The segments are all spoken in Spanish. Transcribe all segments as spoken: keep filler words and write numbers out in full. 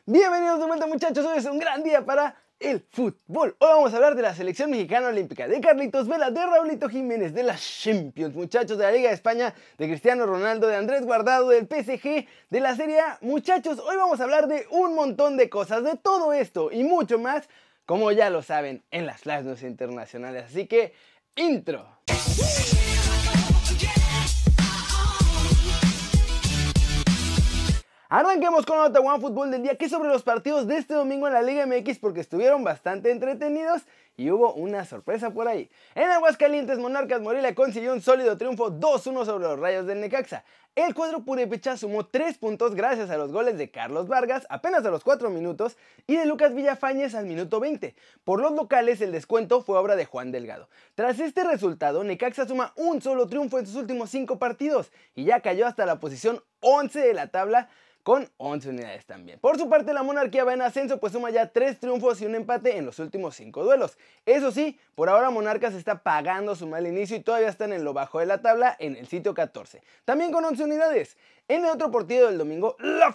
Bienvenidos de vuelta, muchachos, hoy es un gran día para el fútbol. Hoy vamos a hablar de la selección mexicana olímpica, de Carlitos Vela, de Raulito Jiménez, de las Champions, muchachos, de la Liga de España, de Cristiano Ronaldo, de Andrés Guardado, del P S G, de la Serie A. Muchachos, hoy vamos a hablar de un montón de cosas, de todo esto y mucho más, como ya lo saben, en las Flash News internacionales. Así que, intro. Arranquemos con la nota One Fútbol del día, que es sobre los partidos de este domingo en la Liga M X, porque estuvieron bastante entretenidos y hubo una sorpresa por ahí. En Aguascalientes, Monarcas Morelia consiguió un sólido triunfo dos uno sobre los Rayos del Necaxa. El cuadro purépecha sumó tres puntos gracias a los goles de Carlos Vargas apenas a los cuatro minutos y de Lucas Villafañez al minuto veinte. Por los locales, el descuento fue obra de Juan Delgado. Tras este resultado, Necaxa suma un solo triunfo en sus últimos cinco partidos y ya cayó hasta la posición once de la tabla, con once unidades también. Por su parte, la Monarquía va en ascenso, pues suma ya tres triunfos y un empate en los últimos cinco duelos. Eso sí, por ahora Monarcas está pagando su mal inicio y todavía están en lo bajo de la tabla, en el sitio catorce, también con once unidades. En el otro partido del domingo, ¡la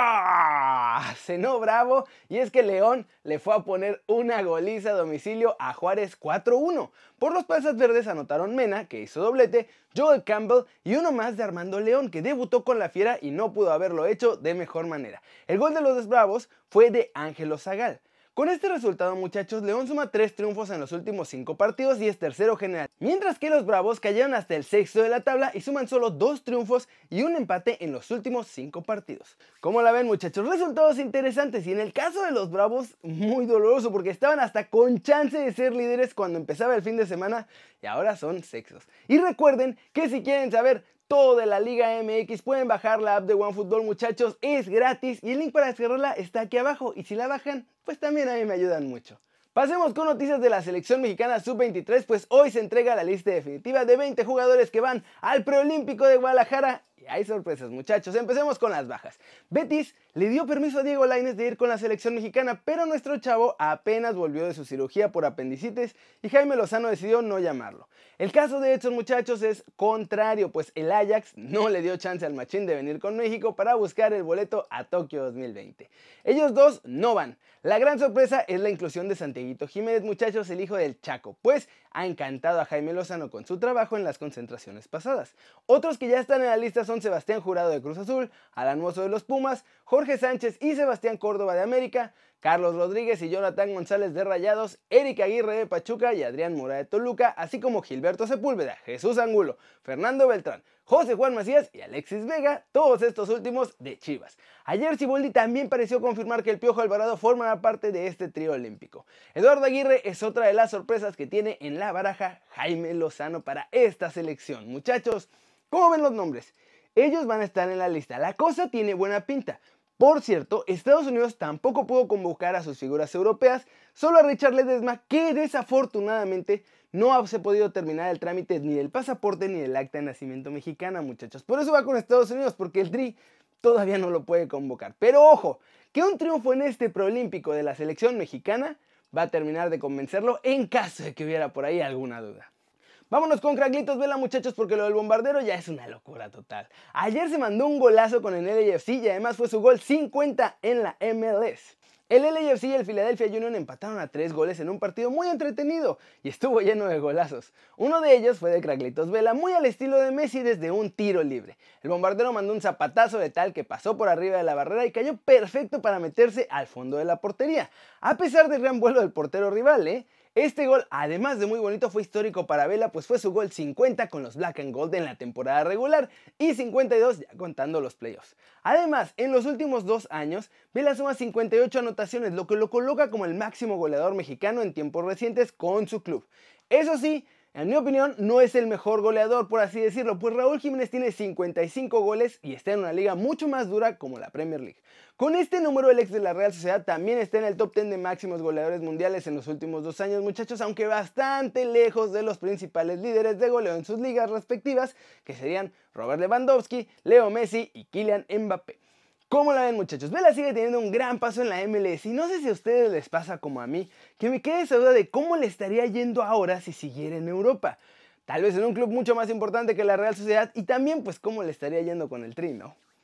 Fiera! Cenó bravo, y es que León le fue a poner una goliza a domicilio a Juárez cuatro uno. Por los Panzas Verdes anotaron Mena, que hizo doblete, Joel Campbell y uno más de Armando León, que debutó con la Fiera y no pudo haberlo hecho de mejor manera. El gol de los Bravos fue de Ángelo Zagal. Con este resultado, muchachos, León suma tres triunfos en los últimos cinco partidos y es tercero general, mientras que los Bravos cayeron hasta el sexto de la tabla y suman solo dos triunfos y un empate en los últimos cinco partidos. ¿Cómo la ven, muchachos? Resultados interesantes, y en el caso de los Bravos, muy doloroso, porque estaban hasta con chance de ser líderes cuando empezaba el fin de semana y ahora son sextos. Y recuerden que si quieren saber todo de la Liga M X, pueden bajar la app de OneFootball, muchachos, es gratis y el link para descargarla está aquí abajo, y si la bajan, pues también a mí me ayudan mucho. Pasemos con noticias de la selección mexicana sub veintitrés, pues hoy se entrega la lista definitiva de veinte jugadores que van al preolímpico de Guadalajara. Y hay sorpresas, muchachos. Empecemos con las bajas. Betis le dio permiso a Diego Lainez de ir con la selección mexicana, pero nuestro chavo apenas volvió de su cirugía por apendicitis y Jaime Lozano decidió no llamarlo. El caso de estos muchachos es contrario, pues el Ajax no le dio chance al machín de venir con México para buscar el boleto a Tokio dos mil veinte. Ellos dos no van. La gran sorpresa es la inclusión de Santiaguito Jiménez, muchachos, el hijo del Chaco, pues ha encantado a Jaime Lozano con su trabajo en las concentraciones pasadas. Otros que ya están en la lista son Sebastián Jurado de Cruz Azul, Alan Mozo de los Pumas, Jorge Sánchez y Sebastián Córdoba de América, Carlos Rodríguez y Jonathan González de Rayados, Eric Aguirre de Pachuca y Adrián Mora de Toluca, así como Gilberto Sepúlveda, Jesús Angulo, Fernando Beltrán, José Juan Macías y Alexis Vega, todos estos últimos de Chivas. Ayer Siboldi también pareció confirmar que el Piojo Alvarado formará parte de este trío olímpico. Eduardo Aguirre es otra de las sorpresas que tiene en la baraja Jaime Lozano para esta selección. Muchachos, ¿cómo ven los nombres? Ellos van a estar en la lista, la cosa tiene buena pinta. Por cierto, Estados Unidos tampoco pudo convocar a sus figuras europeas, solo a Richard Ledesma, que desafortunadamente no se ha podido terminar el trámite ni del pasaporte ni del acta de nacimiento mexicana, muchachos. Por eso va con Estados Unidos, porque el Tri todavía no lo puede convocar. Pero ojo, que un triunfo en este preolímpico de la selección mexicana va a terminar de convencerlo en caso de que hubiera por ahí alguna duda. Vámonos con Carlitos Vela, muchachos, porque lo del bombardero ya es una locura total. Ayer se mandó un golazo con el L A F C y además fue su gol cincuenta en la M L S. El L A F C y el Philadelphia Union empataron a tres goles en un partido muy entretenido y estuvo lleno de golazos. Uno de ellos fue de Carlitos Vela, muy al estilo de Messi desde un tiro libre. El bombardero mandó un zapatazo de tal que pasó por arriba de la barrera y cayó perfecto para meterse al fondo de la portería, a pesar del gran vuelo del portero rival, ¿eh? Este gol, además de muy bonito, fue histórico para Vela, pues fue su gol cincuenta con los Black and Gold en la temporada regular y cincuenta y dos ya contando los playoffs. Además, en los últimos dos años, Vela suma cincuenta y ocho anotaciones, lo que lo coloca como el máximo goleador mexicano en tiempos recientes con su club. Eso sí, en mi opinión, no es el mejor goleador, por así decirlo, pues Raúl Jiménez tiene cincuenta y cinco goles y está en una liga mucho más dura como la Premier League. Con este número, el ex de la Real Sociedad también está en el top diez de máximos goleadores mundiales en los últimos dos años, muchachos, aunque bastante lejos de los principales líderes de goleo en sus ligas respectivas, que serían Robert Lewandowski, Leo Messi y Kylian Mbappé. ¿Cómo la ven, muchachos? Vela sigue teniendo un gran paso en la M L S y no sé si a ustedes les pasa como a mí, que me queda esa duda de cómo le estaría yendo ahora si siguiera en Europa. Tal vez en un club mucho más importante que la Real Sociedad, y también pues cómo le estaría yendo con el Tri, ¿no?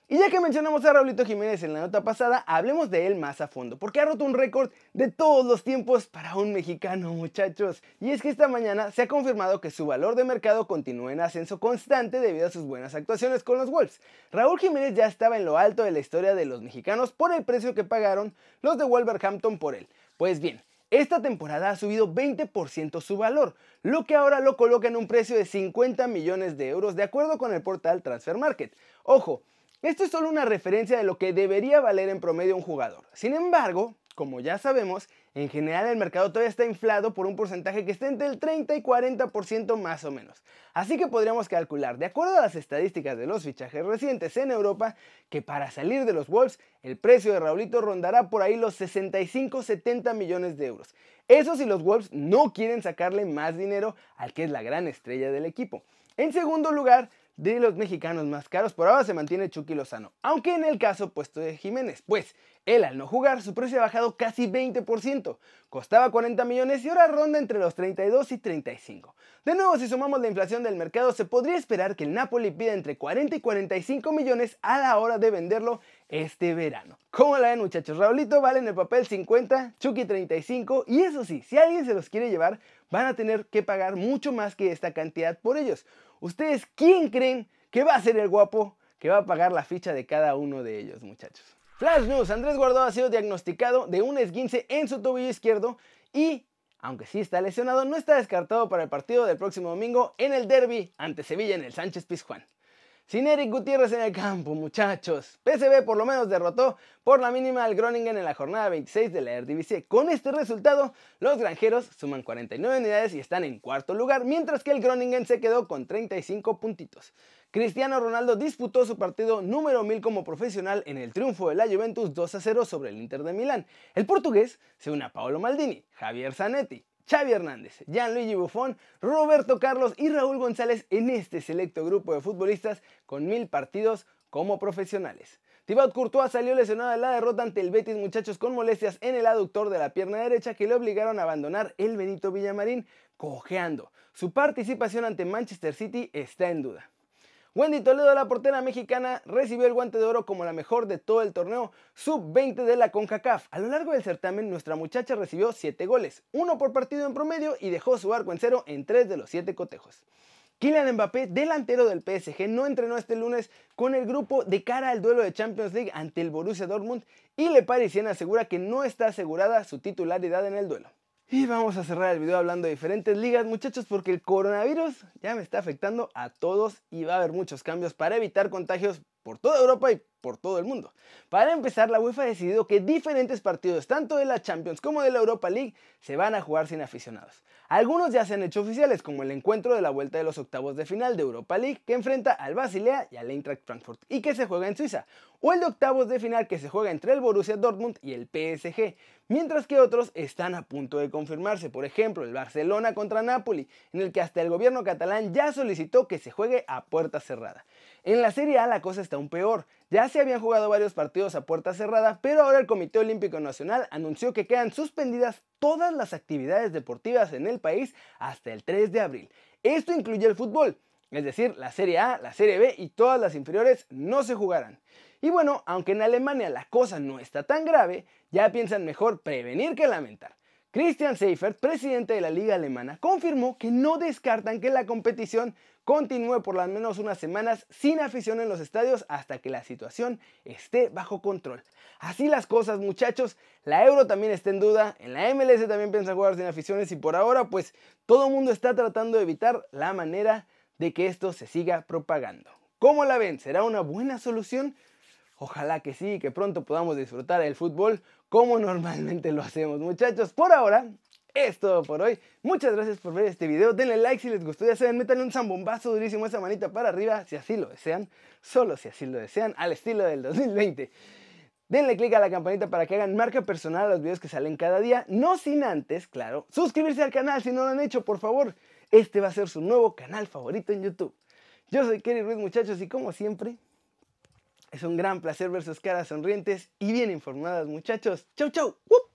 Y ya que mencionamos a Raulito Jiménez en la nota pasada, hablemos de él más a fondo, porque ha roto un récord de todos los tiempos para un mexicano, muchachos. Y es que esta mañana se ha confirmado que su valor de mercado continúa en ascenso constante debido a sus buenas actuaciones con los Wolves. Raúl Jiménez ya estaba en lo alto de la historia de los mexicanos por el precio que pagaron los de Wolverhampton por él. Pues bien, esta temporada ha subido veinte por ciento su valor, lo que ahora lo coloca en un precio de cincuenta millones de euros de acuerdo con el portal Transfermarkt. Ojo, esto es solo una referencia de lo que debería valer en promedio un jugador. Sin embargo, como ya sabemos, en general el mercado todavía está inflado por un porcentaje que está entre el treinta y cuarenta por ciento más o menos. Así que podríamos calcular, de acuerdo a las estadísticas de los fichajes recientes en Europa, que para salir de los Wolves, el precio de Raulito rondará por ahí los sesenta y cinco a setenta millones de euros. Eso si los Wolves no quieren sacarle más dinero al que es la gran estrella del equipo. En segundo lugar, de los mexicanos más caros, por ahora se mantiene Chucky Lozano, aunque en el caso opuesto de Jiménez, pues él al no jugar su precio ha bajado casi veinte por ciento, costaba cuarenta millones y ahora ronda entre los treinta y dos y treinta y cinco. De nuevo, si sumamos la inflación del mercado, se podría esperar que el Napoli pida entre cuarenta y cuarenta y cinco millones a la hora de venderlo este verano. ¿Cómo la ven, muchachos? Raulito vale en el papel cincuenta, Chucky treinta y cinco, y eso sí, si alguien se los quiere llevar, van a tener que pagar mucho más que esta cantidad por ellos. ¿Ustedes quién creen que va a ser el guapo que va a pagar la ficha de cada uno de ellos, muchachos? Flash News: Andrés Guardado ha sido diagnosticado de un esguince en su tobillo izquierdo y, aunque sí está lesionado, no está descartado para el partido del próximo domingo en el derbi ante Sevilla en el Sánchez Pizjuán. Sin Eric Gutiérrez en el campo, muchachos. P S V por lo menos derrotó por la mínima al Groningen en la jornada veintiséis de la Eredivisie. Con este resultado, los granjeros suman cuarenta y nueve unidades y están en cuarto lugar, mientras que el Groningen se quedó con treinta y cinco puntitos. Cristiano Ronaldo disputó su partido número mil como profesional en el triunfo de la Juventus dos a cero sobre el Inter de Milán. El portugués se une a Paolo Maldini, Javier Zanetti, Xavi Hernández, Gianluigi Buffon, Roberto Carlos y Raúl González en este selecto grupo de futbolistas con mil partidos como profesionales. Thibaut Courtois salió lesionado de la derrota ante el Betis, muchachos, con molestias en el aductor de la pierna derecha que le obligaron a abandonar el Benito Villamarín cojeando. Su participación ante Manchester City está en duda. Wendy Toledo, la portera mexicana, recibió el Guante de Oro como la mejor de todo el torneo sub veinte de la CONCACAF. A lo largo del certamen, nuestra muchacha recibió siete goles, uno por partido en promedio, y dejó su arco en cero en tres de los siete cotejos. Kylian Mbappé, delantero del P S G, no entrenó este lunes con el grupo de cara al duelo de Champions League ante el Borussia Dortmund y Le Parisien asegura que no está asegurada su titularidad en el duelo. Y vamos a cerrar el video hablando de diferentes ligas, muchachos, porque el coronavirus ya me está afectando a todos y va a haber muchos cambios para evitar contagios por toda Europa y por todo el mundo. Para empezar, la UEFA ha decidido que diferentes partidos, tanto de la Champions como de la Europa League, se van a jugar sin aficionados. Algunos ya se han hecho oficiales, como el encuentro de la vuelta de los octavos de final de Europa League, que enfrenta al Basilea y al Eintracht Frankfurt, y que se juega en Suiza, o el de octavos de final que se juega entre el Borussia Dortmund y el P S G, mientras que otros están a punto de confirmarse, por ejemplo el Barcelona contra Napoli, en el que hasta el gobierno catalán ya solicitó que se juegue a puerta cerrada. En la Serie A la cosa está aún peor. Ya se habían jugado varios partidos a puerta cerrada, pero ahora el Comité Olímpico Nacional anunció que quedan suspendidas todas las actividades deportivas en el país hasta el tres de abril. Esto incluye el fútbol, es decir, la Serie A, la Serie B y todas las inferiores no se jugarán. Y bueno, aunque en Alemania la cosa no está tan grave, ya piensan mejor prevenir que lamentar. Christian Seifert, presidente de la Liga Alemana, confirmó que no descartan que la competición continúe por al menos unas semanas sin afición en los estadios hasta que la situación esté bajo control. Así las cosas, muchachos, la Euro también está en duda, en la M L S también piensan jugar sin aficiones y por ahora pues todo el mundo está tratando de evitar la manera de que esto se siga propagando. ¿Cómo la ven? ¿Será una buena solución? Ojalá que sí, que pronto podamos disfrutar del fútbol como normalmente lo hacemos, muchachos. Por ahora, es todo por hoy. Muchas gracias por ver este video. Denle like si les gustó. Ya saben, métanle un zambombazo durísimo, esa manita para arriba, si así lo desean. Solo si así lo desean, al estilo del dos mil veinte. Denle click a la campanita para que hagan marca personal a los videos que salen cada día. No sin antes, claro, suscribirse al canal si no lo han hecho, por favor. Este va a ser su nuevo canal favorito en YouTube. Yo soy Kerry Ruiz, muchachos, y como siempre, es un gran placer ver sus caras sonrientes y bien informadas, muchachos. ¡Chau, chau! ¡Wup!